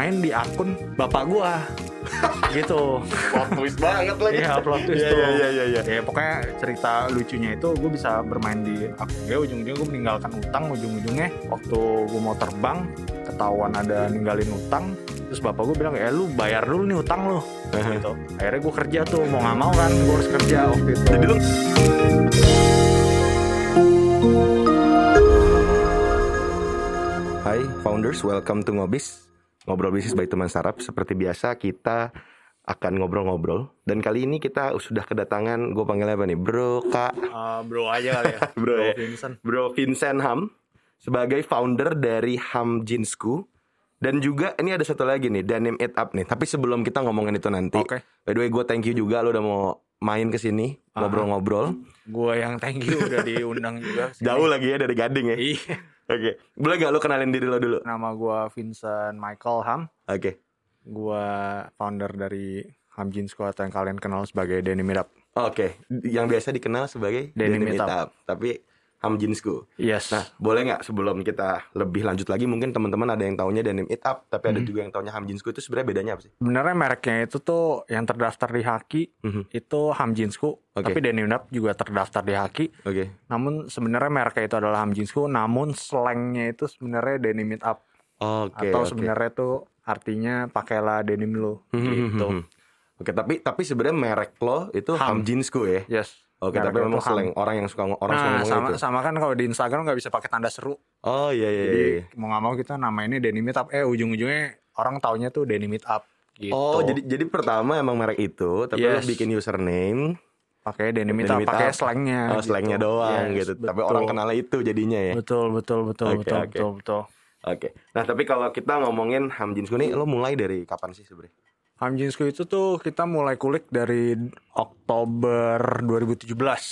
bermain di akun bapak gua. Gitu. Plot twist banget lagi. Iya, plot twist tuh. Iya. Ya pokoknya cerita lucunya itu gue bisa bermain di akun gue, ujung-ujungnya gue meninggalkan utang, ujung-ujungnya waktu gue mau terbang ketahuan ada ninggalin utang, terus bapak gue bilang lu bayar dulu nih utang lu. Gitu. Akhirnya gue kerja tuh, mau nggak mau kan gue harus kerja waktu itu. Jadi lu Hai founders, welcome to Ngobis. Ngobrol bisnis by teman startup. Seperti biasa kita akan ngobrol-ngobrol. Dan kali ini kita sudah kedatangan, gue panggilnya apa nih? Bro, Kak. Bro aja kali ya. Bro ya. Vincent. Bro Vincent Ham. Sebagai founder dari Ham Jeansku. Dan juga ini ada satu lagi nih, Denim It Up nih. Tapi sebelum kita ngomongin itu nanti. Oke. By the way, gue thank you juga lo udah mau main ke sini ngobrol-ngobrol. Gue yang thank you udah diundang juga sini. Jauh lagi ya dari Gading ya. Iya. Oke. Boleh gak lo kenalin diri lo dulu? Nama gue Vincent Michael Ham. Oke. Gue founder dari Ham Jeansku atau yang kalian kenal sebagai Denim It Up. Oke, yang biasa dikenal sebagai Denim It It Up, tapi Ham Jeansku. Yes. Nah, boleh nggak sebelum kita lebih lanjut lagi, mungkin teman-teman ada yang taunya Denim It Up, tapi ada juga yang taunya Ham Jeansku. Itu sebenarnya bedanya apa sih? Sebenarnya mereknya itu tuh yang terdaftar di Haki itu Ham Jeansku, tapi Denim It Up juga terdaftar di Haki. Oke. Namun sebenarnya mereknya itu adalah Ham Jeansku, namun slangnya itu sebenarnya Denim It Up. Oke. Atau sebenarnya tuh artinya pakailah denim lo gitu. Oke, tapi sebenarnya merek lo itu Ham Jeansku ya. Yes. Oke, tapi memang slang orang yang suka ngomong itu. Sama kan kalau di Instagram nggak bisa pakai tanda seru. Oh iya. Jadi mau nggak mau kita namainnya Denim It Up. Ujung-ujungnya orang taunya tuh Denim It Up. Gitu. Oh, jadi pertama emang merek itu, tapi lo bikin username pakai Denim It Up, pakai slangnya. Oh, slangnya doang gitu. Betul. Tapi orang kenalnya itu jadinya ya. Betul. Oke. Nah, tapi kalau kita ngomongin Ham Jeansku nih, lo mulai dari kapan sih sebenarnya? Ham Jeansku itu tuh kita mulai kulik dari Oktober 2017.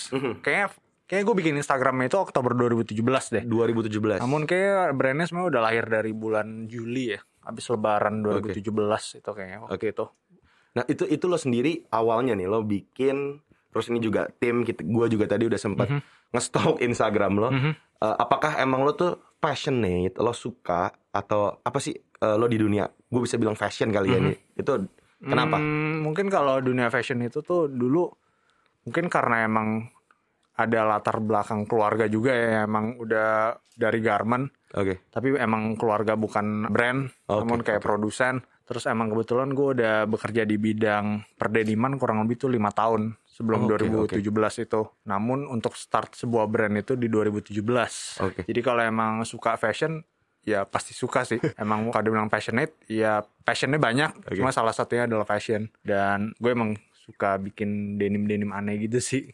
Kayaknya gue bikin Instagramnya itu Oktober 2017 deh. 2017. Namun kayak brandnya sebenarnya udah lahir dari bulan Juli ya. Habis Lebaran 2017 itu kayaknya waktu itu. Nah itu lo sendiri awalnya nih lo bikin, terus ini juga tim gue juga tadi udah sempat nge-stalk Instagram lo. Apakah emang lo tuh passionate, lo suka atau apa sih lo di dunia? Gue bisa bilang fashion kali ya nih. Itu kenapa? Mungkin kalau dunia fashion itu tuh dulu mungkin karena emang ada latar belakang keluarga juga ya, emang udah dari garment. Oke. Tapi emang keluarga bukan brand, namun kayak produsen. Terus emang kebetulan gue udah bekerja di bidang perdeniman kurang lebih tuh 5 tahun sebelum 2017 itu. Namun untuk start sebuah brand itu di 2017. Jadi kalau emang suka fashion, ya pasti suka sih. Emang kalau dibilang passionate, ya passionnya banyak. Cuma salah satunya adalah fashion. Dan gue emang suka bikin denim-denim aneh gitu sih.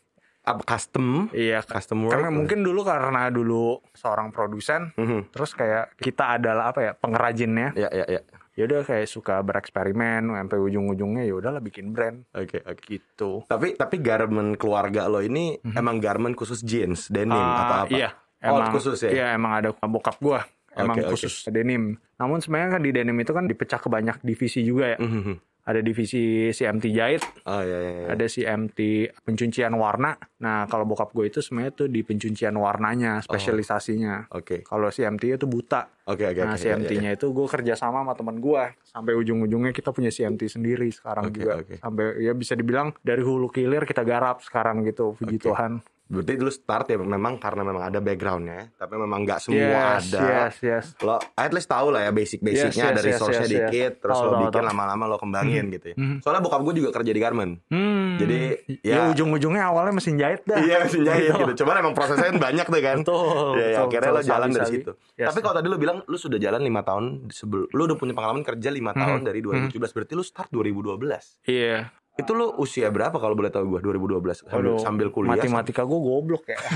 Custom? Iya, custom work. Karena mungkin karena dulu seorang produsen, terus kayak kita adalah apa ya, pengrajinnya. Iya. Ya udah kayak suka bereksperimen, sampai ujung-ujungnya ya udahlah bikin brand. Oke. Gitu. Tapi garment keluarga lo ini emang garment khusus jeans, denim atau apa? Iya, emang khusus ya. Iya, emang ada bokap gua. Emang khusus denim. Namun sebenarnya kan di denim itu kan dipecah ke banyak divisi juga ya. Ada divisi CMT jahit, ada CMT pencucian warna. Nah kalau bokap gue itu sebenarnya tuh di pencucian warnanya, spesialisasinya. Kalau CMT itu buta. Nah CMT-nya itu gue kerja sama teman gue. Sampai ujung-ujungnya kita punya CMT sendiri sekarang juga. Sampai ya bisa dibilang dari hulu ke hilir kita garap sekarang gitu, puji Tuhan. Berarti dulu start ya memang karena memang ada backgroundnya, tapi memang nggak semua ada. Yes. Lo at least tahu lah ya basic-basicnya, ada resource-nya dikit, terus lo bikin lama-lama lo kembangin gitu ya. Soalnya bokap gue juga kerja di garment, jadi ya ujung-ujungnya awalnya mesin jahit dah. Iya mesin jahit gitu. Cuman emang prosesnya banyak tuh kan. Ya akhirnya lo jalan dari situ. Tapi kalau tadi lo bilang lo sudah jalan 5 tahun sebelum lo udah punya pengalaman kerja 5 tahun dari 2017, berarti lo start 2012. Iya. Itu lo usia berapa kalau boleh tahu gue 2012 sambil kuliah? Matematika gue goblok ya.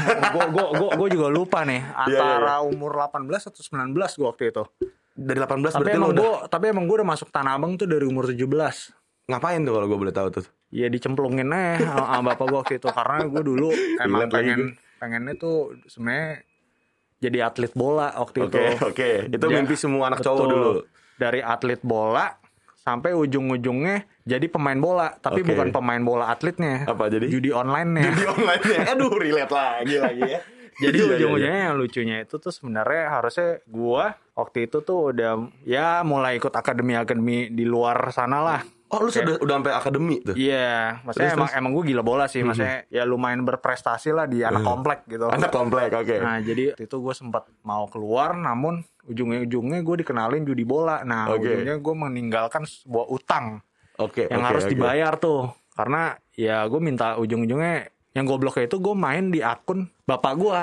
Gue juga lupa nih antara umur 18 atau 19 gue waktu itu. Dari 18 berarti lo udah. Tapi emang gue udah masuk Tanah Abang tuh dari umur 17. Ngapain tuh kalau gue boleh tahu tuh? Ya dicemplungin aja sama bapak gue waktu itu, karena gue dulu emang pengennya tuh sebenarnya jadi atlet bola waktu itu. Oke. Itu mimpi semua anak cowok dulu. Dari atlet bola sampai ujung-ujungnya jadi pemain bola, tapi bukan pemain bola atletnya. Apa jadi? Judi online-nya. Aduh, relate lagi ya. Jadi ujung-ujungnya yang lucunya itu tuh sebenarnya harusnya gue waktu itu tuh udah ya mulai ikut akademi di luar sana lah. Oh lu udah sampai akademi tuh? Iya, maksudnya emang gue gila bola sih, maksudnya ya lumayan berprestasi lah di anak komplek gitu. Anak komplek, oke. Nah jadi itu gue sempat mau keluar, namun ujungnya gue dikenalin judi bola. Nah ujungnya gue meninggalkan sebuah utang yang harus dibayar tuh, karena ya gue minta ujung-ujungnya yang gobloknya itu gue main di akun bapak gue.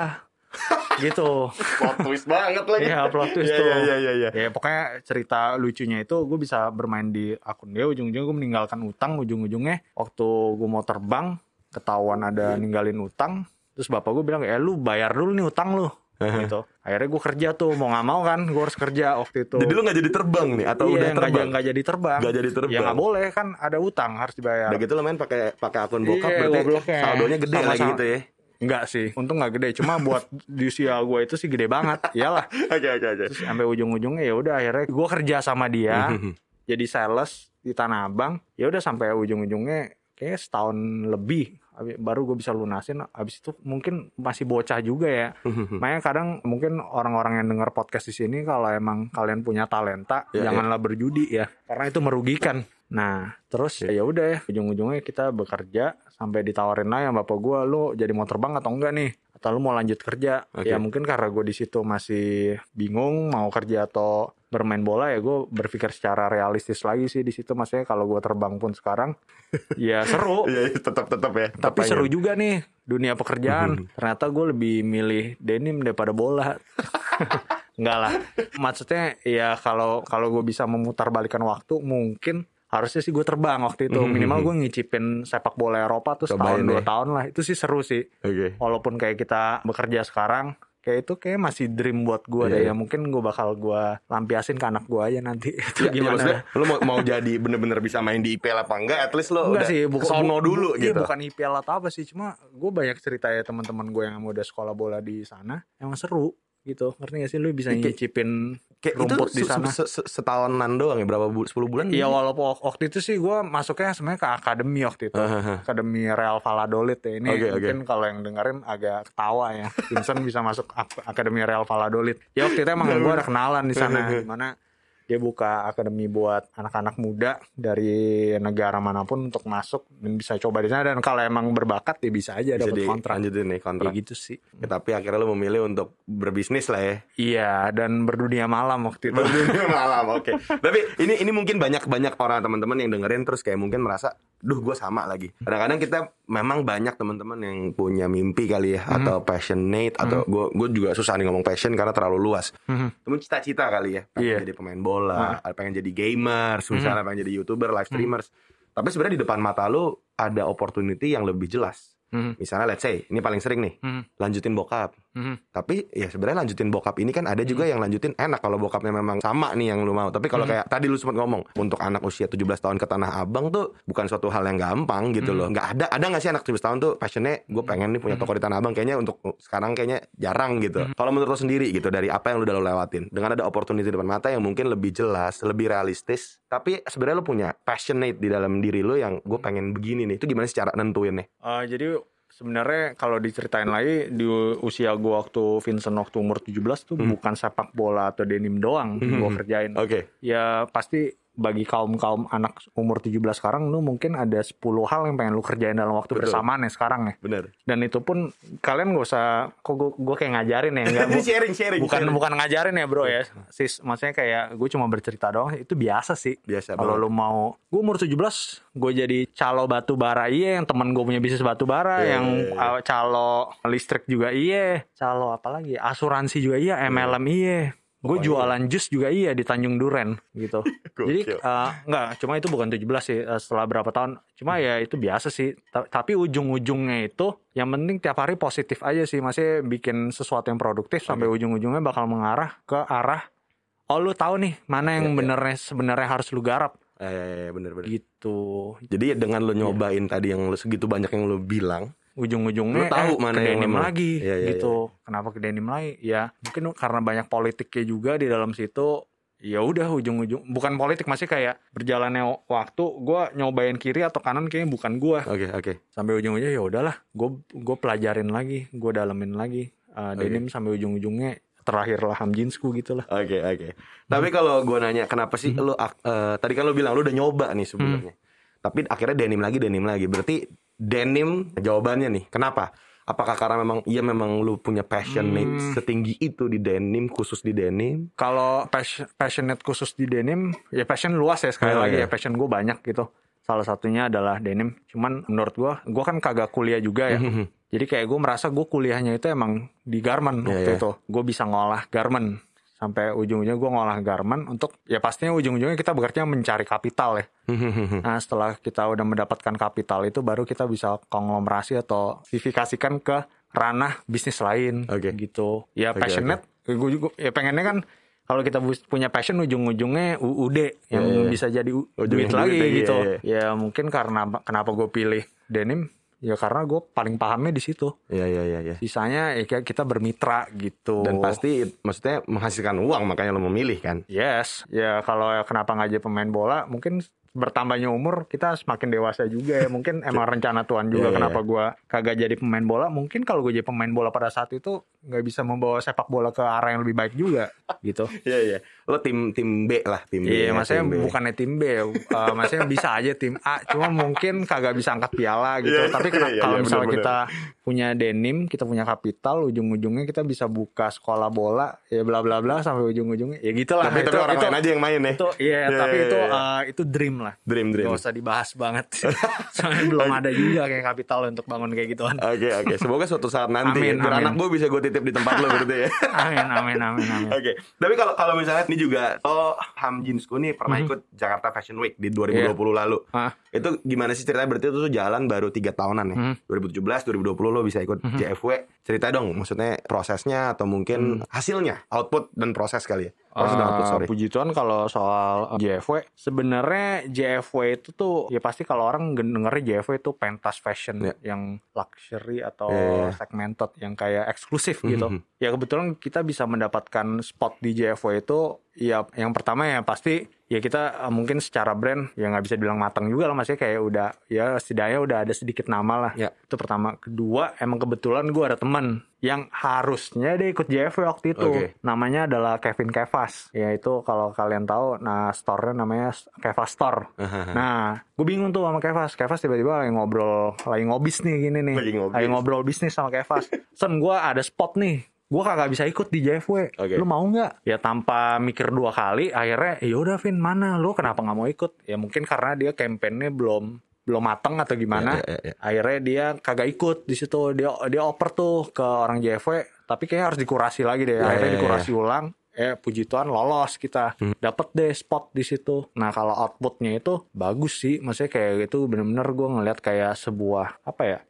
Gitu. Plot twist banget lagi. Iya, plot twist tuh. Iya. Ya pokoknya cerita lucunya itu gue bisa bermain di akun dia, ujung-ujungnya gue meninggalkan utang, ujung-ujungnya waktu gue mau terbang ketahuan ada ninggalin utang, terus bapak gue bilang, lu bayar dulu nih utang lu. Gitu. Akhirnya gue kerja tuh, mau nggak mau kan gue harus kerja waktu itu. Jadi lu nggak jadi terbang nih atau udah terbang? Nggak jadi terbang. Ya nggak boleh kan, ada utang harus dibayar. Udah gitu lo main pakai akun bokap, berarti saldonya gede lagi gitu ya? Enggak sih, untung nggak gede. Cuma buat di usia gue itu sih gede banget. Iyalah. Oke. Terus sampai ujung-ujungnya ya udah akhirnya gue kerja sama dia, jadi sales di Tanah Abang. Ya udah sampai ujung-ujungnya kayak setahun lebih baru gue bisa lunasin. Abis itu mungkin masih bocah juga ya. Makanya kadang mungkin orang-orang yang dengar podcast di sini kalau emang kalian punya talenta, janganlah berjudi ya, karena itu merugikan. Nah terus ya udah ya ujung-ujungnya kita bekerja sampai ditawarin lah yang bapak gue, lu jadi mau terbang atau enggak nih, atau lu mau lanjut kerja. Ya mungkin karena gue di situ masih bingung mau kerja atau bermain bola, ya gue berpikir secara realistis lagi sih di situ. Maksudnya kalau gue terbang pun sekarang ya seru. tetap ya. Tapi seru juga nih dunia pekerjaan. Ternyata gue lebih milih denim daripada bola. Enggak lah. Maksudnya ya kalau gue bisa memutarbalikkan waktu, mungkin harusnya sih gue terbang waktu itu. Minimal gue ngicipin sepak bola Eropa tuh setahun 2 tahun lah. Itu sih seru sih. Walaupun kayak kita bekerja sekarang, kayak itu kayak masih dream buat gue deh. Ya mungkin gue bakal lampiasin ke anak gue aja nanti. Itu gimana? Lu mau jadi bener-bener bisa main di IPL apa enggak? At least lo udah sono dulu gitu. Bukan IPL atau apa sih. Cuma gue banyak cerita ya teman-teman gue yang udah sekolah bola di sana. Emang seru gitu. Ngerti gak sih, lu bisa nyicipin rumput di sana. Setahunan doang ya, berapa 10 bulan? Iya, walaupun waktu itu sih gue masuknya sebenarnya ke akademi waktu itu. Akademi Real Valladolid ya. Ini mungkin kalau yang dengerin agak ketawa ya. Vincent bisa masuk Akademi Real Valladolid. Ya waktu itu emang gue ada kenalan di sana, dimana dia buka akademi buat anak-anak muda dari negara manapun untuk masuk dan bisa coba di sana, dan kalau emang berbakat ya bisa aja dapat kontrak. Lanjutin nih kontrak. Ya gitu sih. Ya, tapi akhirnya lo memilih untuk berbisnis lah ya. Iya, dan berdunia malam waktu itu. Berdunia malam, oke. Tapi ini mungkin banyak orang teman-teman yang dengerin terus kayak mungkin merasa, duh gue sama lagi. Kadang-kadang kita memang banyak teman-teman yang punya mimpi kali ya, atau passionate, atau gue juga susah nih ngomong passion karena terlalu luas. Temen cita-cita kali ya, pengen jadi pemain bola, pengen jadi gamers, misalnya pengen jadi YouTuber, live streamers. Tapi sebenarnya di depan mata lu ada opportunity yang lebih jelas. Misalnya let's say, ini paling sering nih, lanjutin bokap. Tapi ya sebenarnya lanjutin bokap ini kan ada juga yang lanjutin enak kalau bokapnya memang sama nih yang lu mau. Tapi kalau kayak tadi lu sempat ngomong, untuk anak usia 17 tahun ke Tanah Abang tuh bukan suatu hal yang gampang gitu loh. Nggak ada nggak sih anak 17 tahun tuh passionnya, gue pengen nih punya toko di Tanah Abang. Kayaknya untuk sekarang kayaknya jarang gitu. Kalau menurut lo sendiri gitu, dari apa yang lu udah lo lewatin, dengan ada opportunity depan mata yang mungkin lebih jelas, lebih realistis, tapi sebenarnya lu punya passionate di dalam diri lu yang gue pengen begini nih, itu gimana sih cara nentuinnya? Jadi sebenarnya kalau diceritain lagi di usia gue waktu Vincent waktu umur 17 tuh bukan sepak bola atau denim doang gue kerjain. Ya pasti bagi kaum anak umur 17 sekarang, lu mungkin ada 10 hal yang pengen lu kerjain dalam waktu bersamaan ya sekarang ya. Bener. Dan itu pun kalian gak usah, kok gue kayak ngajarin ya. sharing. Bukan ngajarin ya bro ya. Maksudnya kayak gue cuma bercerita doang, itu biasa sih. Biasa. Kalau lu mau, gue umur 17, gue jadi calo batu bara yang temen gue punya bisnis batu bara, calo listrik juga calo apalagi, asuransi juga MLM gue jualan jus juga di Tanjung Duren gitu. Jadi enggak, cuma itu bukan 17 sih, setelah berapa tahun. Cuma ya itu biasa sih. Tapi ujung-ujungnya itu yang penting tiap hari positif aja sih. Masih bikin sesuatu yang produktif sampai ujung-ujungnya bakal mengarah ke arah, oh lu tahu nih mana yang sebenarnya harus lu garap. Bener. Gitu. Jadi dengan lu nyobain tadi yang segitu banyak yang lu bilang, ujung-ujungnya tahu mana ke denim yang lagi gitu. Kenapa ke denim lagi? Ya mungkin karena banyak politiknya juga di dalam situ. Ya udah ujung-ujung bukan politik, masih kayak berjalannya waktu gue nyobain kiri atau kanan kayaknya bukan gue. Oke. Sampai ujung-ujungnya ya udahlah, gue pelajarin lagi, gue dalemin lagi. denim sampai ujung-ujungnya terakhir lah Hamjinsku gitu lah. Oke. Tapi kalau gue nanya kenapa sih lu tadi kan lu bilang lu udah nyoba nih sebelumnya. Tapi akhirnya denim lagi. Berarti denim jawabannya nih. Kenapa? Apakah karena memang lu punya passion setinggi itu di denim, khusus di denim? Kalau passionate khusus di denim, ya passion luas ya sekali lagi ya. Passion gue banyak gitu. Salah satunya adalah denim. Cuman menurut gue kan kagak kuliah juga ya. Jadi kayak gue merasa gue kuliahnya itu emang di garment waktu itu. Gue bisa ngolah garment. Sampai ujung-ujungnya gue ngolah garment untuk, ya pastinya ujung-ujungnya kita bekerja mencari kapital ya. Nah setelah kita udah mendapatkan kapital itu baru kita bisa konglomerasi atau diversifikasikan ke ranah bisnis lain gitu. Ya passionate, gue juga ya pengennya kan kalau kita punya passion ujung-ujungnya UUD yang bisa jadi duit lagi gitu. Ya mungkin karena kenapa gue pilih denim, ya karena gue paling pahamnya di situ. Iya. Sisanya ya kita bermitra gitu. Dan pasti maksudnya menghasilkan uang, makanya lo memilih kan. Yes. Ya kalau kenapa nggak jadi pemain bola, mungkin bertambahnya umur kita semakin dewasa juga ya. Mungkin emang rencana Tuhan juga kenapa gue kagak jadi pemain bola. Mungkin kalau gue jadi pemain bola pada saat itu nggak bisa membawa sepak bola ke arah yang lebih baik juga gitu. Iya. Lo tim B lah, tim B. Iya, maksudnya bukannya tim B, maksudnya bisa aja tim A, cuma mungkin kagak bisa angkat piala gitu. Tapi kalau misalnya kita punya denim, kita punya kapital, ujung-ujungnya kita bisa buka sekolah bola, ya bla bla bla sampai ujung-ujungnya, ya gitulah. Tapi itu orang lain aja yang main ya. Tapi itu dream lah. Dream. Gak usah dibahas banget. Soalnya belum ada juga kayak kapital untuk bangun kayak gituan. Oke. Semoga suatu saat nanti anak gue bisa gue titip di tempat lo berarti ya. Amin. Oke. Tapi kalau misalnya ini juga Hamjinsku nih pernah ikut Jakarta Fashion Week di 2020 lalu. Itu gimana sih ceritanya? Berarti itu tuh jalan baru 3 tahunan ya. 2017, 2020 lo bisa ikut JFW. Cerita dong, maksudnya prosesnya atau mungkin hasilnya, output dan proses kali ya. Puji Tuhan kalau soal JFW, sebenarnya JFW itu tuh ya pasti kalau orang dengernya JFW itu pentas fashion yang luxury atau segmented yang kayak eksklusif gitu. Ya kebetulan kita bisa mendapatkan spot di JFW itu ya yang pertama ya pasti ya kita mungkin secara brand ya nggak bisa bilang matang juga lah, maksudnya kayak udah ya setidaknya udah ada sedikit nama lah. Itu pertama. Kedua emang kebetulan gue ada teman yang harusnya dia ikut JFW waktu itu. Namanya adalah Kevin Kevas. Ya itu kalau kalian tahu, nah store-nya namanya Kevas Store. Nah, gue bingung tuh sama Kevas. Kevas tiba-tiba lagi ngobis nih gini nih. Lagi ngobrol bisnis sama Kevas. Sen, gue ada spot nih. Gue kagak bisa ikut di JFW. Lu mau nggak? Ya tanpa mikir 2 kali, akhirnya yaudah Vin, mana? Lu kenapa nggak mau ikut? Ya mungkin karena dia campaign-nya belum matang atau gimana. Akhirnya dia kagak ikut di situ. Dia oper tuh ke orang JFW, tapi kayaknya harus dikurasi lagi deh. Akhirnya dikurasi ulang. Puji Tuhan lolos kita. Dapet deh spot di situ. Nah, kalau outputnya itu bagus sih. Maksudnya kayak gitu bener-bener gue ngeliat kayak sebuah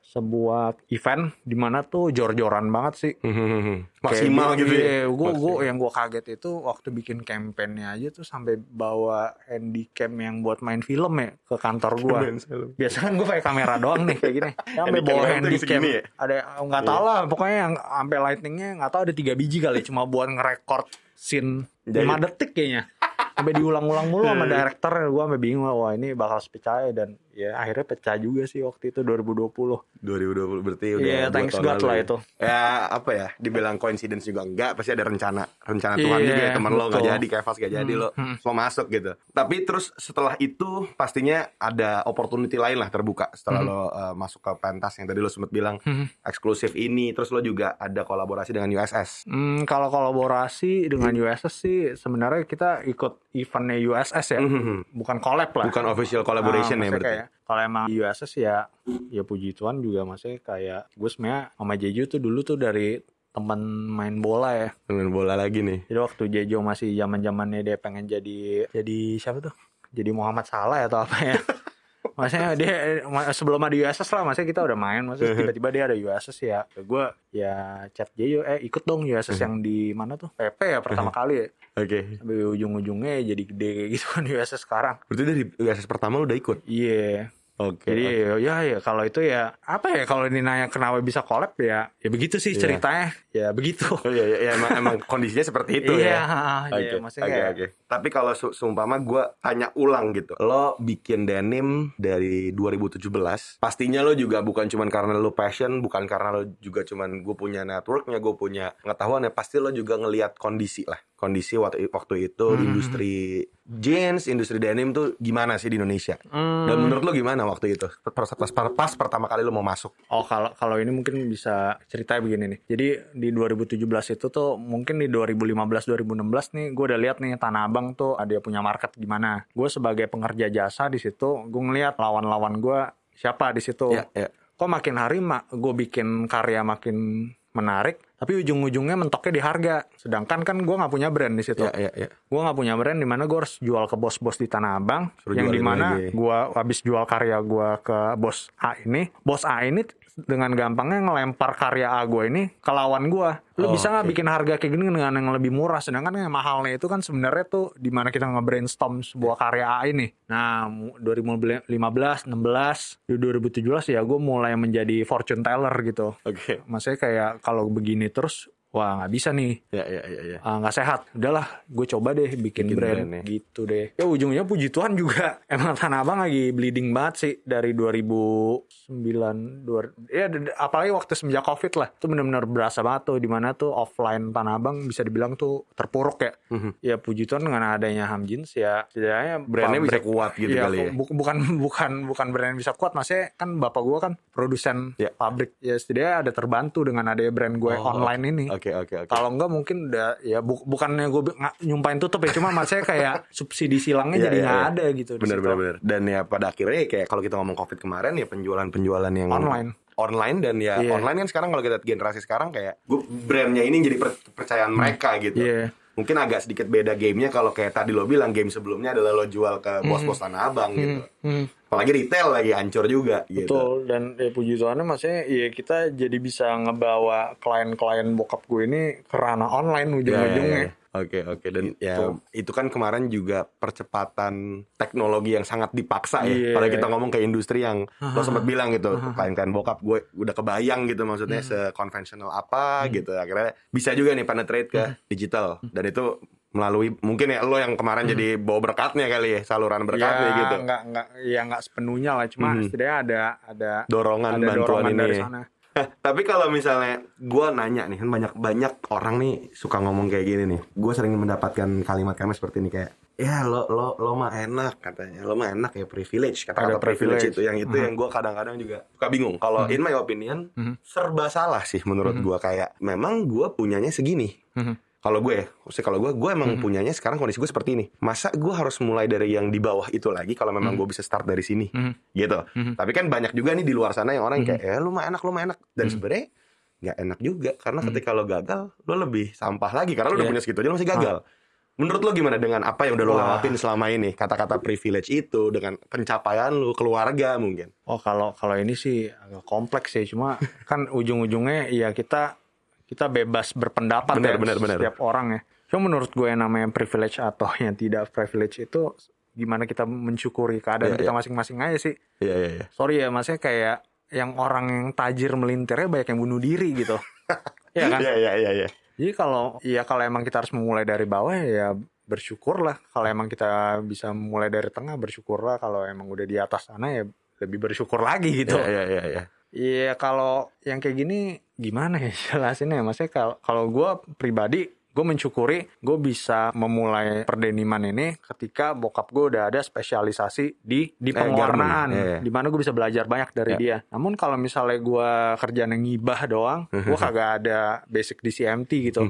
event dimana tuh jor-joran banget sih. Maksimal gitu ya. Gue yang gue kaget itu waktu bikin campaign-nya aja tuh sampai bawa handycam yang buat main film ya ke kantor gue. Biasanya kan gue pakai kamera doang nih kayak gini. Sampai bawa handycam. Ada nggak tahu lah. Pokoknya yang sampai lightingnya nggak tahu ada 3 biji kali. Cuma buat ngerekord scene 5 detik kayaknya. Sampai diulang-ulang mulu sama director. Gue sampai bingung, wah ini bakal percaya. Dan ya akhirnya pecah juga sih waktu itu 2020 berarti udah thanks God lah itu. Ya apa ya, dibilang coincidence juga enggak, pasti ada rencana Tuhan juga ya. Temen lo gak jadi, kayak Fas gak jadi, lo masuk gitu. Tapi terus setelah itu pastinya ada opportunity lain lah terbuka setelah lo masuk ke pentas yang tadi lo sempat bilang eksklusif ini. Terus lo juga ada kolaborasi dengan USS. Kalau kolaborasi dengan USS sih sebenarnya kita ikut eventnya USS ya. Bukan collab lah. Bukan official collaboration ya berarti. Kalau emang USS ya puji Tuhan juga, maksudnya kayak gue sebenarnya sama Jeju tuh dulu tuh dari teman main bola ya. Main bola lagi nih. Jadi waktu Jeju masih zaman-zamannya dia pengen jadi siapa tuh? Jadi Muhammad Salah atau apa ya? Maksudnya dia sebelum ada USS lah, maksudnya kita udah main, maksudnya tiba-tiba dia ada USS ya. Gue ya chat Jeju, ikut dong USS yang di mana tuh? PP ya pertama kali ya. Sampai ujung-ujungnya jadi gede kayak gitu kan USS sekarang. Berarti dari USS pertama lu udah ikut? Iya. Oke. Jadi ya kalau itu ya apa ya, kalau ini nanya kenapa bisa collab ya begitu sih ceritanya. Ya begitu. Oh iya emang kondisinya seperti itu ya. Iya, maksudnya Oke. Tapi kalau seumpama gue tanya ulang gitu, lo bikin denim dari 2017, pastinya lo juga bukan cuman karena lo passion, bukan karena lo juga cuman gue punya networknya, gue punya pengetahuan ya, pasti lo juga ngelihat kondisi waktu itu industri jeans, industri denim tuh gimana sih di Indonesia. Dan menurut lo gimana waktu itu? Pas pertama kali lo mau masuk. Oh, kalau ini mungkin bisa ceritanya begini nih. Jadi di 2017 itu tuh mungkin di 2015-2016 nih gue udah lihat nih Tanah Abang tuh ada punya market gimana. Gue sebagai pengerja jasa di situ, gue ngeliat lawan-lawan gue siapa di situ. Kok makin hari gue bikin karya makin menarik, tapi ujung-ujungnya mentoknya di harga. Sedangkan kan gue nggak punya brand di situ. Gue nggak punya brand, di mana gue harus jual ke bos-bos di Tanah Abang. Yang di mana gue habis jual karya gue ke bos A ini, bos A ini dengan gampangnya ngelempar karya A gue ini ke lawan gue. Lu bisa nggak bikin harga kayak gini dengan yang lebih murah? Sedangkan yang mahalnya itu kan sebenarnya tuh di mana kita nge-brainstorm sebuah karya A ini. Nah, 2015, 16, di 2017 ya gue mulai menjadi fortune teller gitu. Maksudnya kayak kalau begini terus, wah nggak bisa nih. Nggak sehat. Udahlah, gue coba deh bikin brand gitu deh. Ya ujungnya puji Tuhan juga emang Tanah Abang lagi bleeding banget sih dari 2009. Apalagi waktu semenjak COVID lah. Itu benar-benar berasa banget tuh, dimana tuh offline Tanah Abang bisa dibilang tuh terpuruk ya. Ya puji Tuhan dengan adanya Ham Jeans ya setidaknya brandnya bisa kuat gitu kali ya. Bukan brand bisa kuat, maksudnya kan bapak gue kan produsen pabrik. Ya setidaknya ada terbantu dengan adanya brand gue online ini. Oke. Kalau enggak mungkin udah ya bukannya gue nyumpain tutup ya, cuma maksudnya kayak subsidi silangnya jadi nggak ada gitu. Bener. Dan ya pada akhirnya kayak kalau kita ngomong COVID kemarin ya penjualan yang online dan ya online kan sekarang kalau kita generasi sekarang kayak brandnya ini jadi percayaan mereka gitu. Mungkin agak sedikit beda gamenya kalau kayak tadi lo bilang game sebelumnya adalah lo jual ke bos-bos Tanah Abang gitu. Apalagi retail lagi hancur juga gitu. Betul, dan puji Tuhannya maksudnya ya kita jadi bisa ngebawa klien-klien bokap gue ini ke ranah online ujung-ujungnya. Oke. Dan ya itu kan kemarin juga percepatan teknologi yang sangat dipaksa ya. Padahal kita ngomong ke industri yang lo sempat bilang gitu, klien-klien bokap gue udah kebayang gitu maksudnya sekonvensional apa gitu. Akhirnya bisa juga nih penetrate ke digital. Dan itu melalui mungkin ya lo yang kemarin jadi bawa berkatnya kali ya, saluran berkatnya gitu. Nggak sepenuhnya lah, cuma setidaknya ada dorongan bantuan ini dari sana. Tapi kalau misalnya gue nanya nih, kan banyak orang nih suka ngomong kayak gini nih. Gue sering mendapatkan kalimat-kalimat seperti ini kayak, ya lo mah enak katanya, lo mah enak ya, privilege, kata-kata privilege itu yang gue kadang-kadang juga suka bingung. Kalau in my opinion serba salah sih menurut gue, kayak memang gue punyanya segini. Kalau gue emang punyanya sekarang kondisi gue seperti ini. Masa gue harus mulai dari yang di bawah itu lagi kalau memang gue bisa start dari sini, gitu. Tapi kan banyak juga nih di luar sana yang orang kayak, lu mah enak. Dan sebenarnya nggak enak juga, karena ketika lo gagal, lo lebih sampah lagi karena lo udah punya segitu aja lo masih gagal. Menurut lo gimana dengan apa yang udah lo lewatin selama ini? Kata-kata privilege itu dengan pencapaian lo, keluarga mungkin. Kalau ini sih agak kompleks sih. Cuma kan ujung-ujungnya ya kita bebas berpendapat. Benar. Setiap orang ya. Cuma menurut gue yang namanya privilege atau yang tidak privilege itu gimana kita mensyukuri keadaan kita masing-masing aja sih. Iya. Sorry ya, maksudnya kayak yang orang yang tajir melintirnya banyak yang bunuh diri gitu. Iya kan? Iya. Jadi kalau emang kita harus memulai dari bawah ya bersyukurlah. Kalau emang kita bisa mulai dari tengah, bersyukurlah. Kalau emang udah di atas sana ya lebih bersyukur lagi gitu. Iya. Iya, kalau yang kayak gini gimana ya jelasinnya? Maksudnya kalau gue pribadi, gue mensyukuri gue bisa memulai perdeniman ini ketika bokap gue udah ada spesialisasi di pewarnaan, di mana gue bisa belajar banyak dari dia. Namun kalau misalnya gue kerjaan yang ngibah doang, gue kagak ada basic di CMT gitu.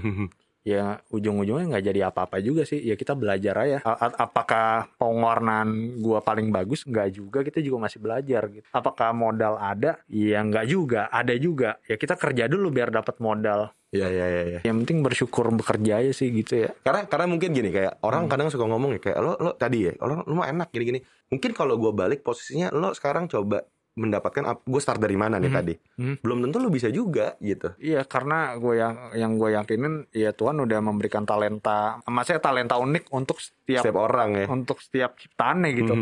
Ya ujung-ujungnya nggak jadi apa-apa juga sih. Ya kita belajar aja. Apakah pewarnaan gua paling bagus? Nggak juga, kita juga masih belajar gitu. Apakah modal ada? Ya nggak juga, ada juga. Ya kita kerja dulu biar dapat modal. Iya. Yang penting bersyukur bekerja aja sih gitu ya. Karena mungkin gini, kayak orang kadang suka ngomong ya kayak lo tadi ya, lo mah enak gini-gini. Mungkin kalau gua balik posisinya, lo sekarang coba mendapatkan gue start dari mana nih tadi, belum tentu lu bisa juga gitu. Iya, karena gue yang gue yakinin ya Tuhan udah memberikan talenta, maksudnya talenta unik untuk setiap orang ya, untuk setiap ciptaannya gitu.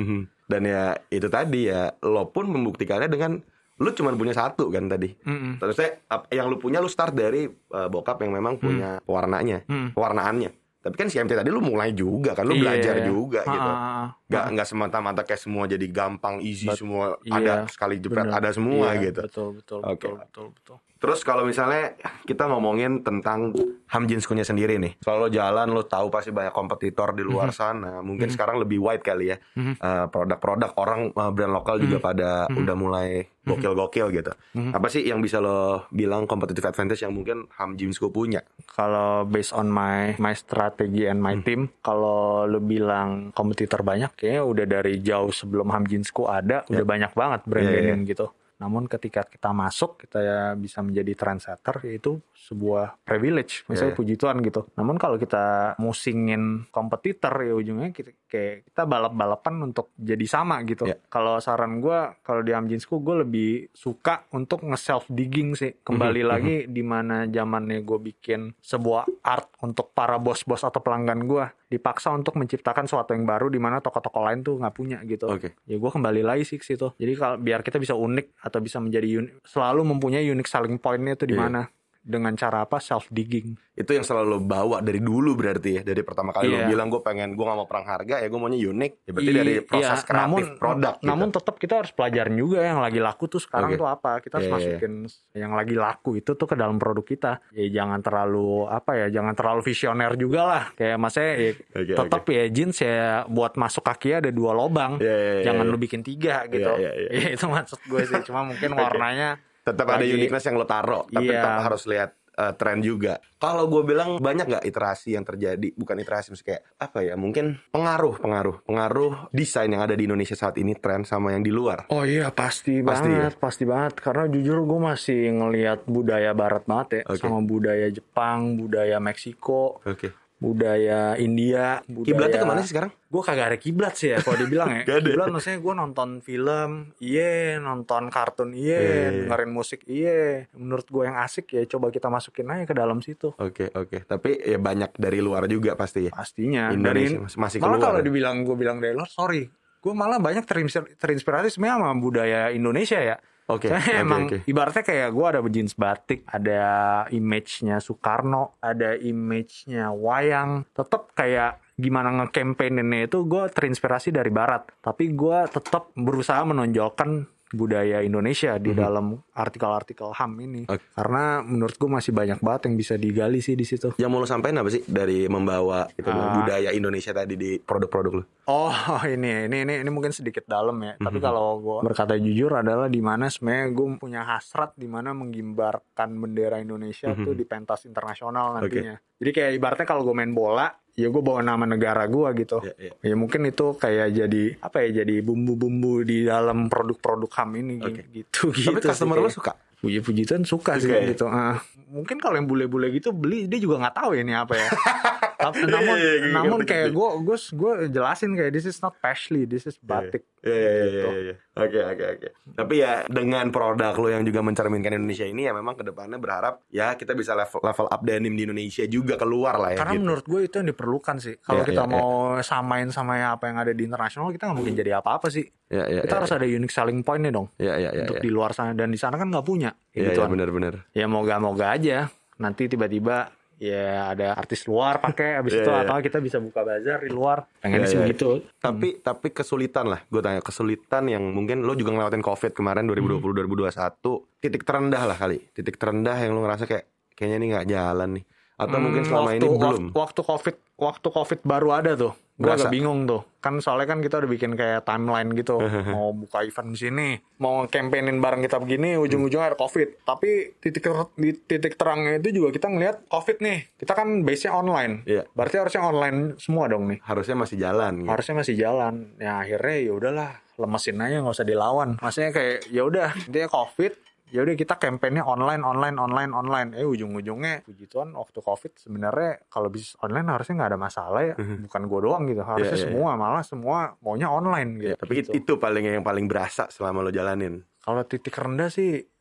Dan ya itu tadi ya, lo pun membuktikannya dengan lu cuma punya satu kan tadi. Terus yang lu punya lu start dari bokap yang memang punya pewarnaannya. Tapi kan CMT tadi lu mulai juga kan, lu belajar juga gitu. Gak semata-mata kayak semua jadi gampang, easy semua ada sekali jepret ada semua gitu. Betul. Terus kalau misalnya kita ngomongin tentang Hamjinsku-nya sendiri nih, soal lo jalan lo tahu pasti banyak kompetitor di luar sana. Mungkin sekarang lebih wide kali ya. Produk-produk orang brand lokal juga pada udah mulai gokil-gokil gitu. Apa sih yang bisa lo bilang competitive advantage yang mungkin Hamjinsku punya? Kalau based on my strategy and my team, kalau lo bilang kompetitor banyak, kayaknya udah dari jauh sebelum Hamjinsku ada, udah banyak banget brand denim gitu. Namun ketika kita masuk, kita ya bisa menjadi trendsetter, yaitu sebuah privilege, misalnya puji Tuhan gitu. Namun kalau kita musingin kompetitor, ya ujungnya kita balap-balapan untuk jadi sama gitu. Kalau saran gue, kalau di Hamjinsku, gue lebih suka untuk nge-self digging sih. Kembali lagi di mana zamannya gue bikin sebuah art untuk para bos-bos atau pelanggan gue, dipaksa untuk menciptakan sesuatu yang baru di mana toko-toko lain tuh nggak punya gitu. Ya gue kembali lagi sih ke situ. Jadi biar kita bisa unik atau bisa menjadi selalu mempunyai unique selling point-nya itu di mana? Dengan cara apa? Self digging. Itu yang selalu lo bawa dari dulu berarti ya. Dari pertama kali lo bilang gue nggak mau perang harga, ya gue maunya unik. Ya berarti dari proses kreatif produk gitu. Namun tetap kita harus pelajarin juga yang lagi laku tuh sekarang tuh apa. Kita harus masukin yang lagi laku itu tuh ke dalam produk kita. Ya jangan terlalu visioner juga lah. Kayak maksudnya tetap ya jeans ya buat masuk kaki ada 2 lubang. Jangan lo bikin 3 gitu. Ya itu maksud gue sih. Cuma mungkin warnanya tetap ada uniqueness yang lo taruh, tapi tetap harus lihat tren juga. Kalau gue bilang banyak nggak iterasi yang terjadi, bukan iterasi maksudnya kayak apa ya? Mungkin pengaruh desain yang ada di Indonesia saat ini tren sama yang di luar. Oh iya pasti banget. Karena jujur gue masih ngelihat budaya Barat banget ya, sama budaya Jepang, budaya Meksiko. Budaya India, kiblatnya kemana sih sekarang? Gue kagak ada kiblat sih ya kalau dibilang ya. Kiblat maksudnya gue nonton film, nonton kartun, dengerin musik, menurut gue yang asik ya coba kita masukin aja ke dalam situ. Oke. Tapi ya banyak dari luar juga pasti ya. Pastinya. Indonesia masih keluar. Malah kalau gue bilang dari luar, sorry, gue malah banyak terinspirasi sebenarnya sama budaya Indonesia ya. Emang ibaratnya kayak gue ada jeans batik, ada image-nya Soekarno, ada image-nya wayang. Tetap kayak gimana nge-campaign-nya itu gue terinspirasi dari Barat. Tapi gue tetap berusaha menonjolkan budaya Indonesia di dalam artikel-artikel HAM ini. Karena menurut gue masih banyak banget yang bisa digali sih di situ. Yang mau lo sampein apa sih dari membawa budaya Indonesia tadi di produk-produk lo? Ini mungkin sedikit dalam ya. Tapi kalau gue berkata jujur adalah di mana sebenarnya gue punya hasrat di mana menggambarkan bendera Indonesia tuh di pentas internasional nantinya. Jadi kayak ibaratnya kalau gue main bola, ya gue bawa nama negara gue gitu. Ya mungkin itu kayak jadi bumbu-bumbu di dalam produk-produk HAM ini gitu. Tapi customer lo suka? Puji Tuhan suka sih gitu. Mungkin kalau yang bule-bule gitu beli dia juga nggak tahu ini apa ya. Namun kayak gue jelasin kayak this is not paisley, this is batik. Oke. Tapi ya dengan produk lo yang juga mencerminkan Indonesia ini ya memang kedepannya berharap ya kita bisa level up denim di Indonesia juga keluar lah ya. Karena menurut gue itu yang diperlukan sih. Kalau kita mau samain sama apa yang ada di internasional, kita nggak mungkin jadi apa-apa sih. Kita harus ada unique selling point-nya dong. Untuk di luar sana, dan di sana kan nggak punya. Benar. Ya moga-moga aja nanti tiba-tiba ya ada artis luar pakai abis itu atau kita bisa buka bazar di luar. Pengen sih begitu. Tapi kesulitan lah. Gue tanya kesulitan yang mungkin lo juga ngelewatin COVID kemarin 2020-2021. Titik terendah lah kali. Titik terendah yang lo ngerasa kayaknya ini nggak jalan nih. Atau mungkin selama ini belum. Waktu COVID baru ada tuh. Gue agak bingung tuh. Kan soalnya kan kita udah bikin kayak timeline gitu. Mau buka event di sini, mau campaignin bareng kita begini, ujung-ujungnya ada COVID. Tapi titik terangnya itu juga kita ngelihat COVID nih. Kita kan base-nya online. Berarti harusnya online semua dong nih. Harusnya masih jalan. Harusnya masih jalan. Ya akhirnya ya udahlah, lemesin aja, nggak usah dilawan. Maksudnya kayak ya udah, intinya COVID. Ya udah kita kampanye online. Ujung-ujungnya puji Tuhan waktu COVID sebenarnya kalau bisnis online harusnya nggak ada masalah ya. Bukan gue doang gitu. Harusnya semua maunya online gitu. Tapi itu yang paling berasa selama lo jalanin. Kalau titik rendah sih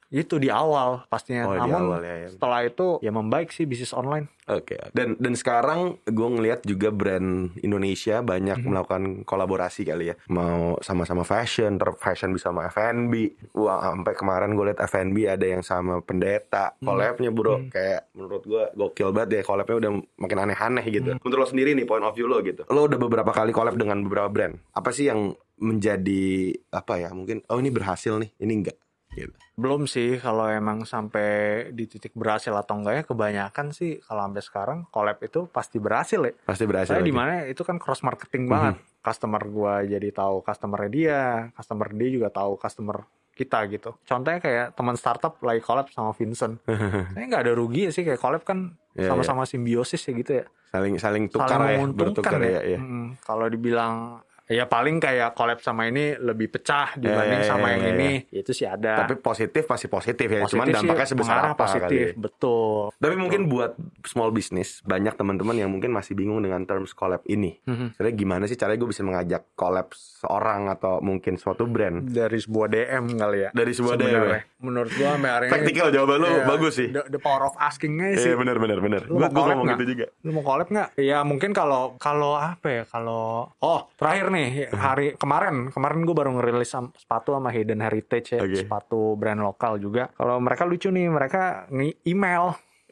Itu di awal pastinya. Oh, namun di awal, ya. Setelah itu ya membaik sih bisnis online. Oke. Dan sekarang gue ngelihat juga brand Indonesia banyak melakukan kolaborasi kali ya. Mau sama-sama fashion, fashion bisa sama F&B. Wah, sampai kemarin gue lihat F&B ada yang sama Pendeta. Collabnya bro, kayak menurut gue gokil banget ya. Collabnya udah makin aneh-aneh gitu. Menurut lo sendiri nih, point of view lo gitu. Lo udah beberapa kali collab dengan beberapa brand. Apa sih yang menjadi apa ya? Mungkin ini berhasil nih, ini enggak. Gitu. Belum sih kalau emang sampai di titik berhasil atau enggak ya, kebanyakan sih kalau sampai sekarang collab itu pasti berhasil ya. Pasti berhasil. Soalnya dimana itu kan cross marketing banget. Customer gua jadi tahu customer dia juga tahu customer kita gitu. Contohnya kayak teman startup lagi collab sama Vincent. Saya nggak ada rugi sih, kayak collab kan sama-sama simbiosis ya gitu ya. Saling tukar ya, bertukar ya. Kalau dibilang ya paling kayak collab sama ini lebih pecah dibanding sama yang ini. Itu sih ada. Tapi positif pasti positif ya. Cuman dampaknya sebesar apa positif, kali. Betul. Tapi mungkin buat small business, banyak teman-teman yang mungkin masih bingung dengan terms collab ini. Sebenarnya gimana sih caranya gue bisa mengajak collab seorang atau mungkin suatu brand? Dari sebuah DM kali ya. Dari sebuah DM ya? Menurut gue sampai hari ini praktikal jawaban lu bagus sih. The power of asking-nya sih. Iya benar. Gue ngomong gitu juga. Lu mau collab nggak? Ya mungkin kalau apa ya, kalau terakhir nih hari kemarin gue baru ngerilis sepatu sama Hidden Heritage ya. Sepatu brand lokal juga. Kalau mereka lucu nih, mereka email.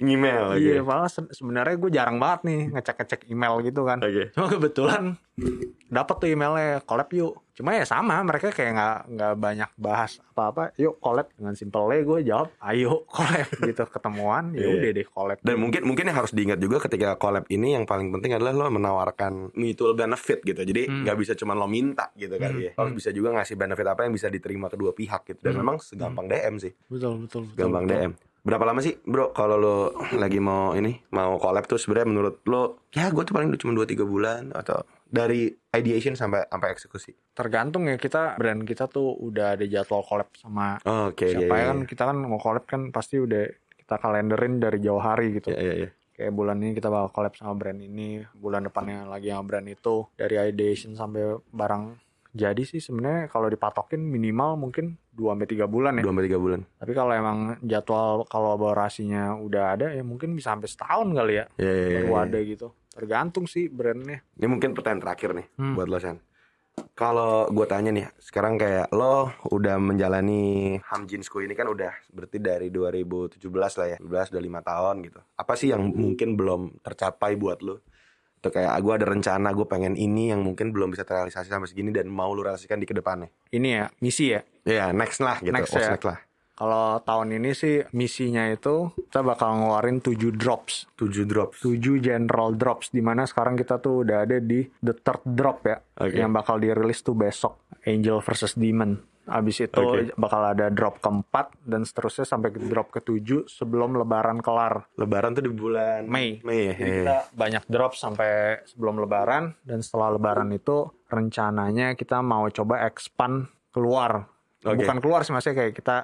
Iya, malah sebenarnya gue jarang banget nih ngecek email gitu kan. Cuma kebetulan dapat tuh emailnya, collab yuk. Cuma ya sama, mereka kayak nggak banyak bahas apa-apa. Yuk collab, dengan simpelnya gue jawab, ayo collab gitu, ketemuan. Ya udah deh collab. Dan mungkin yang harus diingat juga ketika collab ini, yang paling penting adalah lo menawarkan mutual benefit gitu. Jadi nggak bisa cuma lo minta gitu kali ya. Harus bisa juga ngasih benefit apa yang bisa diterima kedua pihak gitu. Dan memang segampang DM sih. Betul. Gampang DM. Berapa lama sih bro kalau lo lagi mau collab tuh sebenarnya menurut lo? Ya gue tuh paling cuma 2-3 bulan atau dari ideation sampai eksekusi. Tergantung ya, brand kita tuh udah ada jadwal collab sama siapa ya kan. Kita kan mau collab kan pasti udah kita kalenderin dari jauh hari gitu. Kayak bulan ini kita bakal collab sama brand ini, bulan depannya lagi sama brand itu. Dari ideation sampai barang jadi sih sebenarnya kalau dipatokin minimal mungkin 2-3 bulan ya. 2-3 bulan. Tapi kalau emang jadwal kolaborasinya udah ada ya mungkin bisa sampai setahun kali ya. Baru ada gitu. Tergantung sih brandnya. Ini mungkin pertanyaan terakhir nih buat lo, San. Kalau gue tanya nih, sekarang kayak lo udah menjalani Hamjinsku ini kan udah berarti dari 2017 lah ya. 12 udah 5 tahun gitu. Apa sih yang mungkin belum tercapai buat lo? Atau kayak gue ada rencana, gue pengen ini yang mungkin belum bisa terrealisasi sampai segini dan mau lu realisasikan di kedepannya. Ini ya, misi ya? Iya, next lah gitu. Next lah. Kalau tahun ini sih misinya itu kita bakal ngeluarin 7 drops. 7 general drops. Dimana sekarang kita tuh udah ada di the third drop ya. Yang bakal dirilis tuh besok. Angel versus Demon. Abis itu bakal ada drop keempat dan seterusnya sampai ke drop ke-7 sebelum Lebaran kelar. Lebaran tuh di bulan Mei ya. Jadi kita banyak drop sampai sebelum Lebaran, dan setelah Lebaran itu rencananya kita mau coba expand keluar. Bukan keluar sih, maksudnya kayak kita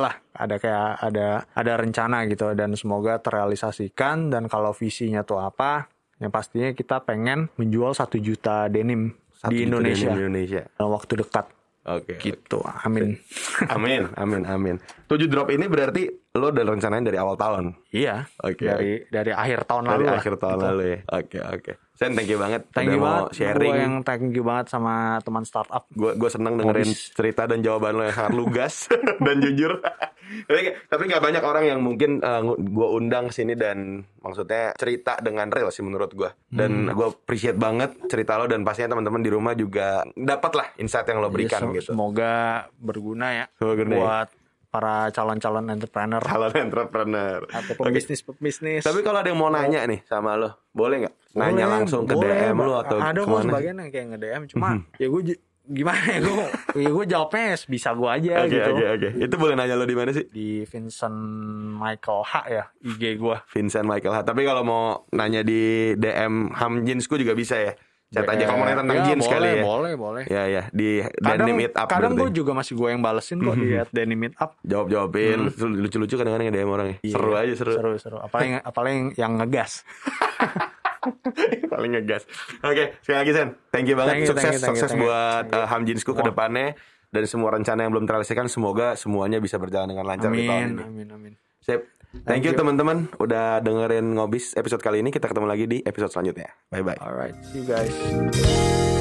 ada rencana gitu, dan semoga terrealisasikan. Dan kalau visinya tuh apa, yang pastinya kita pengen menjual 1 juta denim di Indonesia dalam waktu dekat. Gitu, amin. Amin. 7 drop ini berarti lo udah rencanain dari awal tahun? Iya. Dari akhir tahun lalu. Akhir tahun lalu ya. Oke. Sen, thank you banget. Thank you banget. Sharing. Gue yang thank you banget sama teman startup. Gue seneng dengerin cerita dan jawaban lo yang sangat lugas dan jujur. Tapi nggak banyak orang yang mungkin gue undang sini dan maksudnya cerita dengan real sih menurut gue. Dan gue appreciate banget cerita lo, dan pastinya teman-teman di rumah juga dapat lah insight yang lo berikan gitu. Semoga berguna ya buat para calon-calon entrepreneur. Atau pebisnis. Tapi kalau ada yang mau nanya nih sama lo, boleh nggak? Nanya langsung ke DM lo atau ada kok sebagian yang kayak nge-DM. Cuma ya gue gimana ya, gue jawabnya bisa gue aja gitu. Oke. Itu boleh nanya lo di mana sih? Di Vincent Michael H ya, IG gue. Vincent Michael H. Tapi kalau mau nanya di DM Hamjinsku juga bisa ya. Chat aja kalau mau nanya tentang jeans kali ya. Boleh. Ya. Di Denim It Up. Kadang gue juga masih gue yang balesin kok di Denim It Up. Jawabin. Lucu-lucu kadang-kadang DM orang ya. Seru. Apalagi yang ngegas. Paling ngegas. Oke, sekali lagi Sen, thank you banget. Sukses buat Hamjinsku ke depannya. Dan semua rencana yang belum terrealisasikan, semoga semuanya bisa berjalan dengan lancar di tahun ini. Amin. Sip. Thank you teman-teman udah dengerin Ngobis episode kali ini. Kita ketemu lagi di episode selanjutnya. Bye-bye. Alright, see you guys.